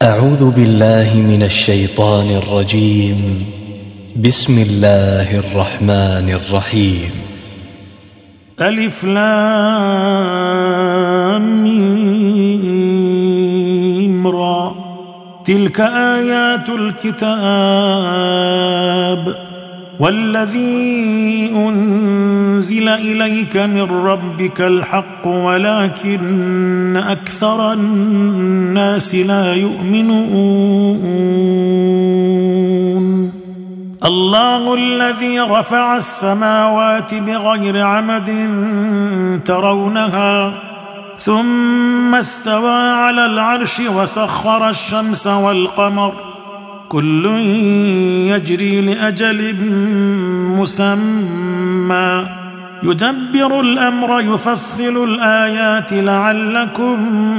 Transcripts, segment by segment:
أعوذ بالله من الشيطان الرجيم. بسم الله الرحمن الرحيم. ألف لام ميم را، تلك آيات الكتاب والذي أنزل إليك من ربك الحق ولكن أكثر الناس لا يؤمنون. الله الذي رفع السماوات بغير عمد ترونها ثم استوى على العرش وسخر الشمس والقمر كل يجري لأجل مسمى يدبر الأمر يفصل الآيات لعلكم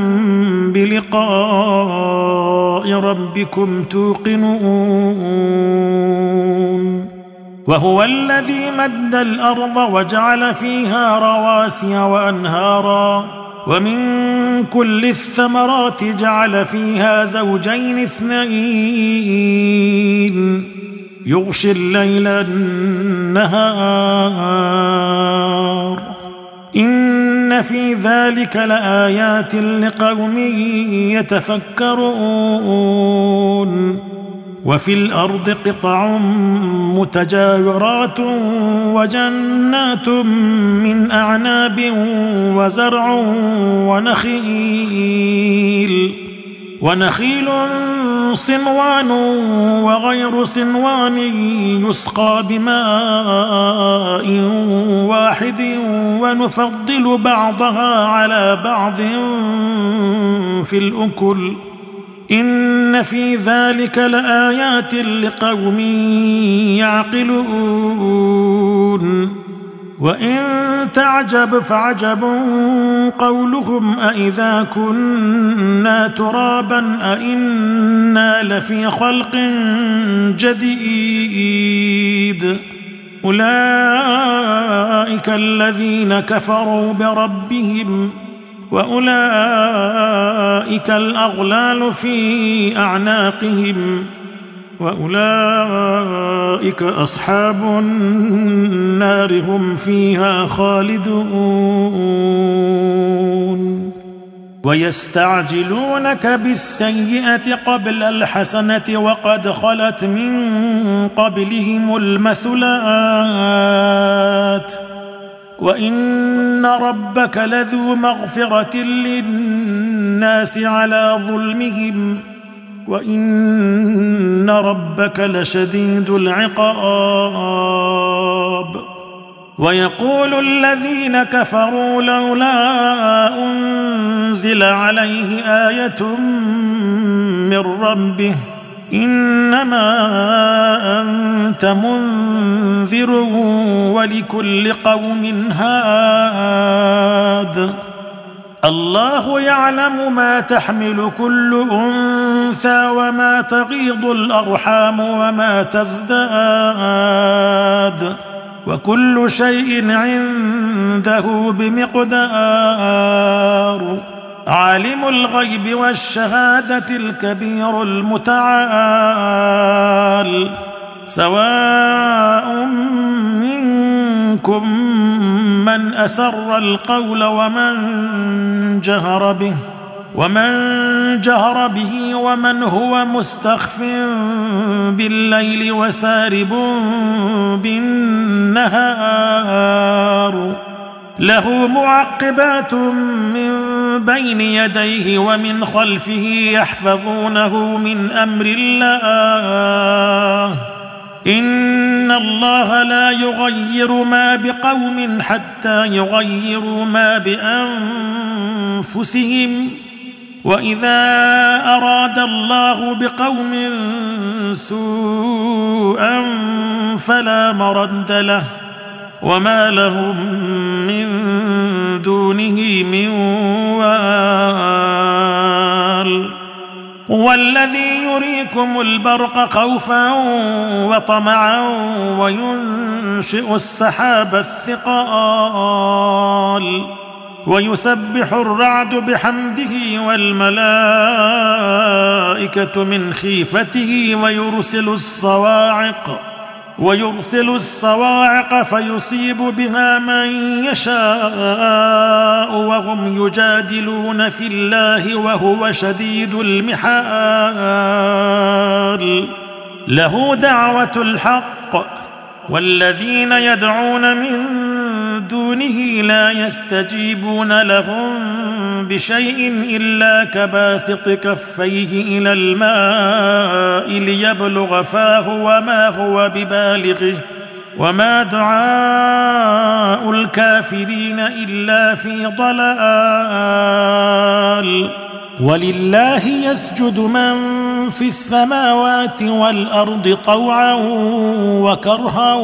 بلقاء ربكم توقنون. وهو الذي مد الأرض وجعل فيها رواسي وأنهارا ومن كل الثمرات جعل فيها زوجين اثنين يغشي الليل النهار إن في ذلك لآيات لقوم يتفكرون. وفي الأرض قطع متجاورات وجنات من أعناب وزرع ونخيل صنوان وغير صنوان يسقى بماء واحد ونفضل بعضها على بعض في الأكل إن في ذلك لآيات لقوم يعقلون. وإن تعجب فعجب قولهم أإذا كنا ترابا أإنا لفي خلق جديد أولئك الذين كفروا بربهم وأولئك الأغلال في أعناقهم وأولئك أصحاب النار هم فيها خالدون. ويستعجلونك بالسيئة قبل الحسنة وقد خلت من قبلهم المثلات وإن ربك لذو مغفرة للناس على ظلمهم وإن ربك لشديد العقاب. ويقول الذين كفروا لولا أنزل عليه آية من ربه إنما أنت منذر ولكل قوم هاد. الله يعلم ما تحمل كل أنثى وما تغيض الأرحام وما تزداد وكل شيء عنده بمقدار. عالم الغيب والشهادة الكبير المتعال سواء منكم من أسر القول ومن جهر به ومن هو مستخف بالليل وسارب بالنهار له معقبات من بين يديه ومن خلفه يحفظونه من أمر الله إن الله لا يغير ما بقوم حتى يغيروا ما بأنفسهم وإذا أراد الله بقوم سوءا فلا مرد له وما لهم من دونه من وال. هو الذي يريكم البرق خوفا وطمعا وينشئ السحاب الثقال ويسبح الرعد بحمده والملائكة الملائكة من خيفته ويرسل الصواعق فيصيب بها من يشاء وهم يجادلون في الله وهو شديد المحال. له دعوة الحق والذين يدعون من دونه لا يستجيبون لهم بشيء إلا كباسط كفيه إلى الماء ليبلغ فاه وما هو ببالغه وما دعاء الكافرين إلا في ضلال. ولله يسجد من في السماوات والأرض طوعا وكرها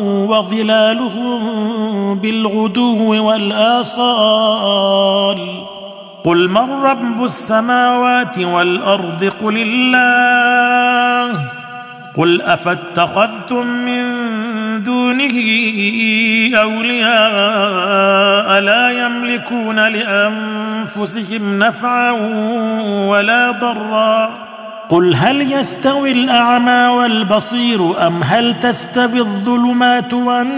وظلالهم بالغدو والآصال. قل من رب السماوات والأرض قل الله. قل أفاتخذتم من دونه أولياء لا يملكون لأنفسهم نفعا ولا ضرا. قل هل يستوي الأعمى والبصير أم هل تستوي الظلمات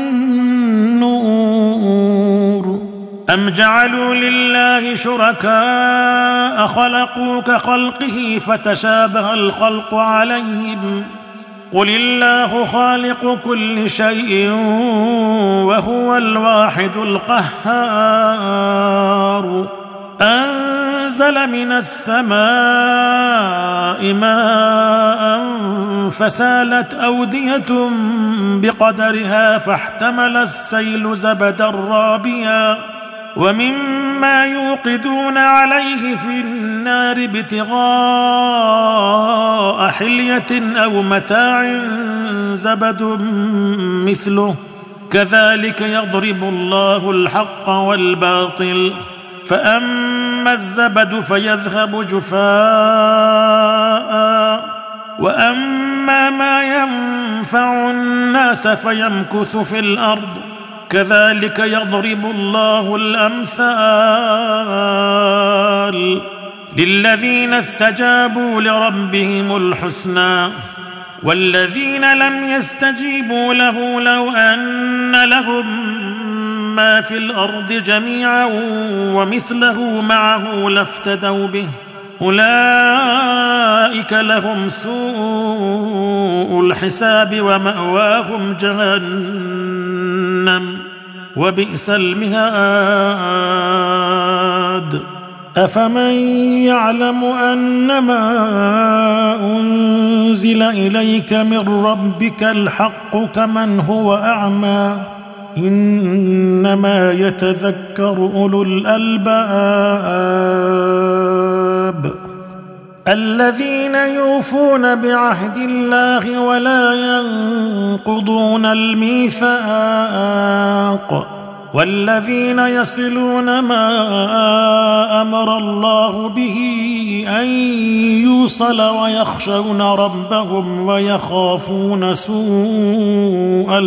والنور أم جعلوا لله شركاء خلقوا كخلقه فتشابه الخلق عليهم. قل الله خالق كل شيء وهو الواحد القهار. أنزل من السماء ماء فسالت أودية بقدرها فاحتمل السيل زبدا رابيا ومما يوقدون عليه في النار ابتغاء حلية أو متاع زبد مثله كذلك يضرب الله الحق والباطل. فأما الزبد فيذهب جفاء وأما ما ينفع الناس فيمكث في الأرض كذلك يضرب الله الأمثال. للذين استجابوا لربهم الحسنى والذين لم يستجيبوا له لو أن لهم ما في الأرض جميعا ومثله معه لافتدوا به أولئك لهم سوء الحساب ومأواهم جهنم وبئس المهاد. أفمن يعلم أنما أنزل إليك من ربك الحق كمن هو أعمى إنما يتذكر أولو الألباب الذين يوفون بعهد الله ولا ينقضون الميثاق والذين يصلون ما أمر الله به أن يوصل ويخشون ربهم ويخافون سوء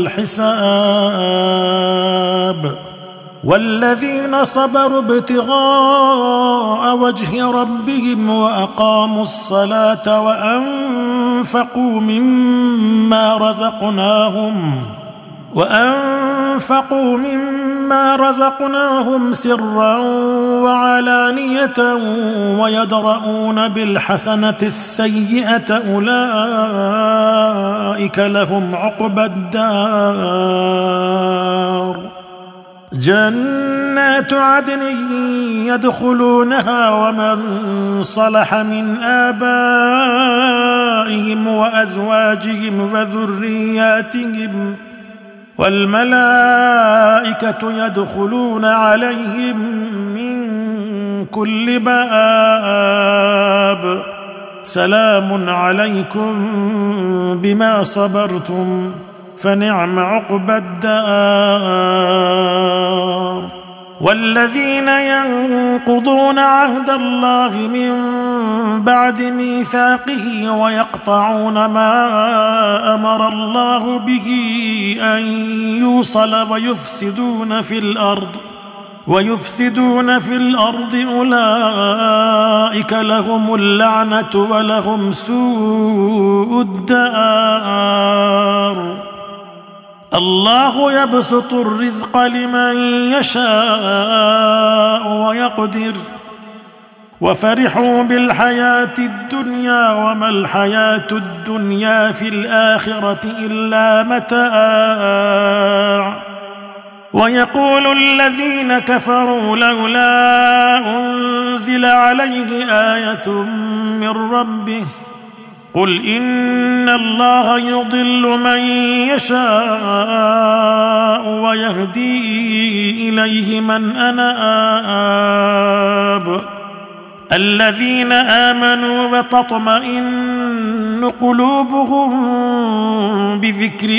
الحساب والذين صبروا ابتغاء وجه ربهم وأقاموا الصلاة وأنفقوا مما رزقناهم سرا وعلانية ويدرؤون بالحسنة السيئة أولئك لهم عقبى الدار جنات عدن يدخلونها ومن صلح من آبائهم وأزواجهم وذرياتهم والملائكة يدخلون عليهم من كل باب سلام عليكم بما صبرتم فنعم عقبى الدار. والذين ينقضون عهد الله من بعد ميثاقه ويقطعون ما أمر الله به أن يوصل ويفسدون في الأرض ويفسدون في الأرض أولئك لهم اللعنة ولهم سوء الدار. الله يبسط الرزق لمن يشاء ويقدر وفرحوا بالحياة الدنيا وما الحياة الدنيا في الآخرة إلا متاع. ويقول الذين كفروا لولا أنزل عليه آية من ربه قل إن الله يضل من يشاء ويهدي إليه من أناب. الذين آمنوا وتطمئن قلوبهم بذكر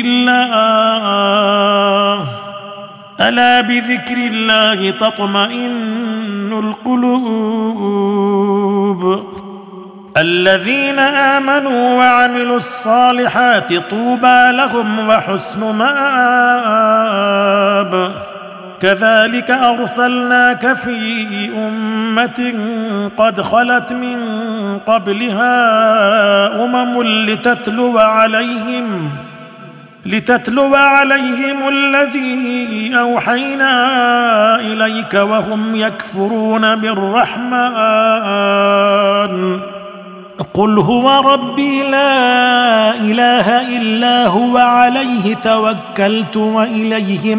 الله ألا بذكر الله تطمئن القلوب. الذين آمنوا وعملوا الصالحات طوبى لهم وحسن مآب. كذلك أرسلناك في أمة قد خلت من قبلها أمم لتتلو عليهم الذي أوحينا إليك وهم يكفرون بالرحمن قل هو ربي لا إله إلا هو عليه توكلت وإليه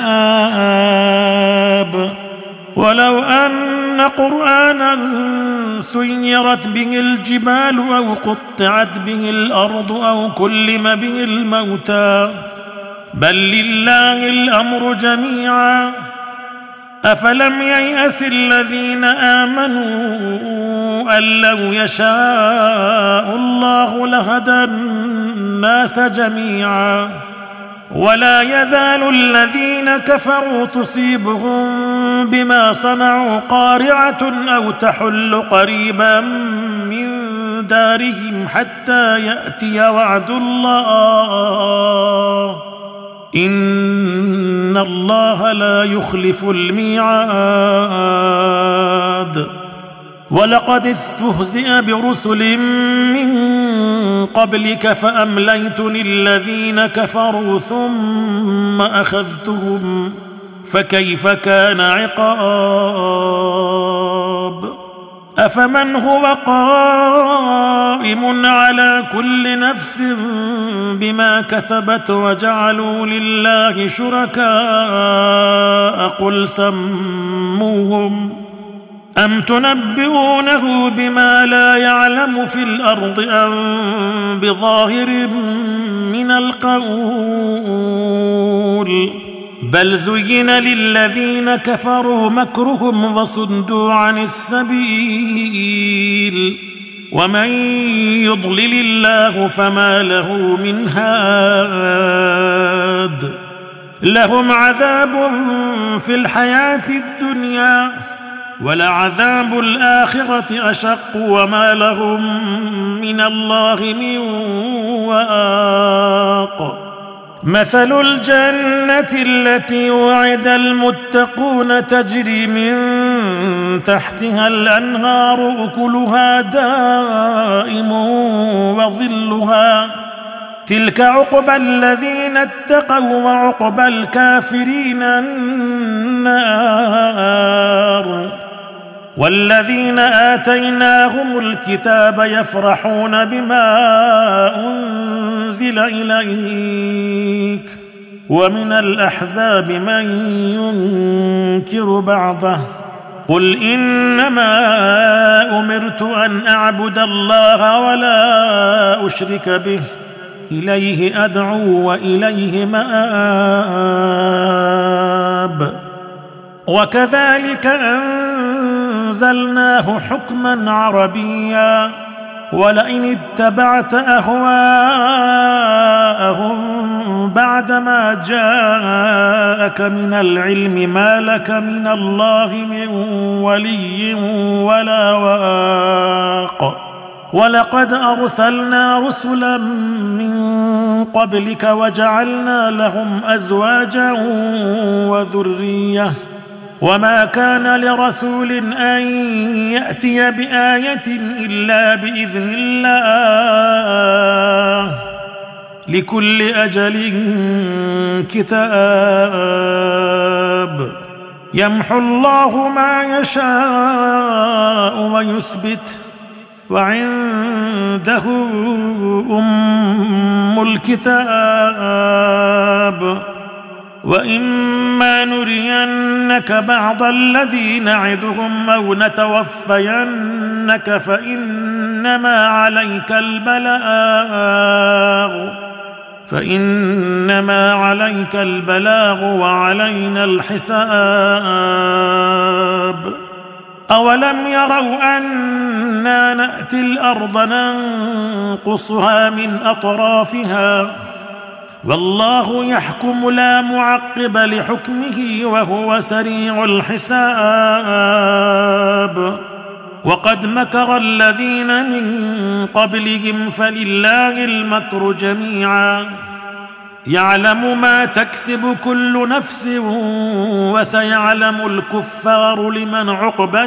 متاب. ولو أن قرآنا سيرت به الجبال أو قطعت به الأرض أو كلم به الموتى بل لله الأمر جميعا. أفلم ييأس الذين آمنوا أن لو يشاء الله لهدى الناس جميعا. ولا يزال الذين كفروا تصيبهم بما صنعوا قارعة أو تحل قريبا من دارهم حتى يأتي وعد الله إن الله لا يخلف الميعاد. ولقد استهزئ برسل من قبلك فأمليت للذين كفروا ثم أخذتهم فكيف كان عقاب. أفمن هو قائم على كل نفس بما كسبت وجعلوا لله شركاء قل سموهم أم تنبئونه بما لا يعلم في الأرض أم بظاهر من القول بل زين للذين كفروا مكرهم وصدوا عن السبيل ومن يضلل الله فما له من هاد. لهم عذاب في الحياة الدنيا ولعذاب الآخرة أشق وما لهم من الله من واق. مثل الجنة التي وعد المتقون تجري من تحتها الأنهار أكلها دائم وظلها تلك عقبى الذين اتقوا وعقبى الكافرين النار. والذين آتيناهم الكتاب يفرحون بما أنزل إليك ومن الأحزاب من ينكر بعضه قل إنما أمرت أن أعبد الله ولا أشرك به إليه أدعو وإليه مآب. وكذلك أنزلناه حكما عربيا ولئن اتبعت أهواءهم بعدما جاءك من العلم ما لك من الله من ولي ولا واق. ولقد أرسلنا رسلا من قبلك وجعلنا لهم أزواجا وذرية وما كان لرسول أن يأتي بآية إلا بإذن الله لكل أجل كتاب يمحو الله ما يشاء ويثبت وعنده أم الكتاب وإما نرينك بعض الذي نعدهم أو نتوفينك فإنما عليك البلاغ وعلينا الحساب أولم يروا أنا نأتي الأرض ننقصها من أطرافها والله يحكم لا معقب لحكمه وهو سريع الحساب وقد مكر الذين من قبلهم فلله المكر جميعا يعلم ما تكسب كل نفس وسيعلم الكفار لمن عقبى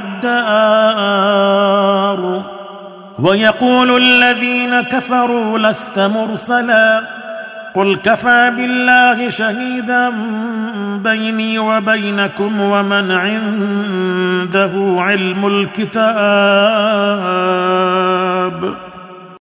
الدار ويقول الذين كفروا لست مرسلا قل كفى بالله شهيدا بيني وبينكم ومن عنده علم الكتاب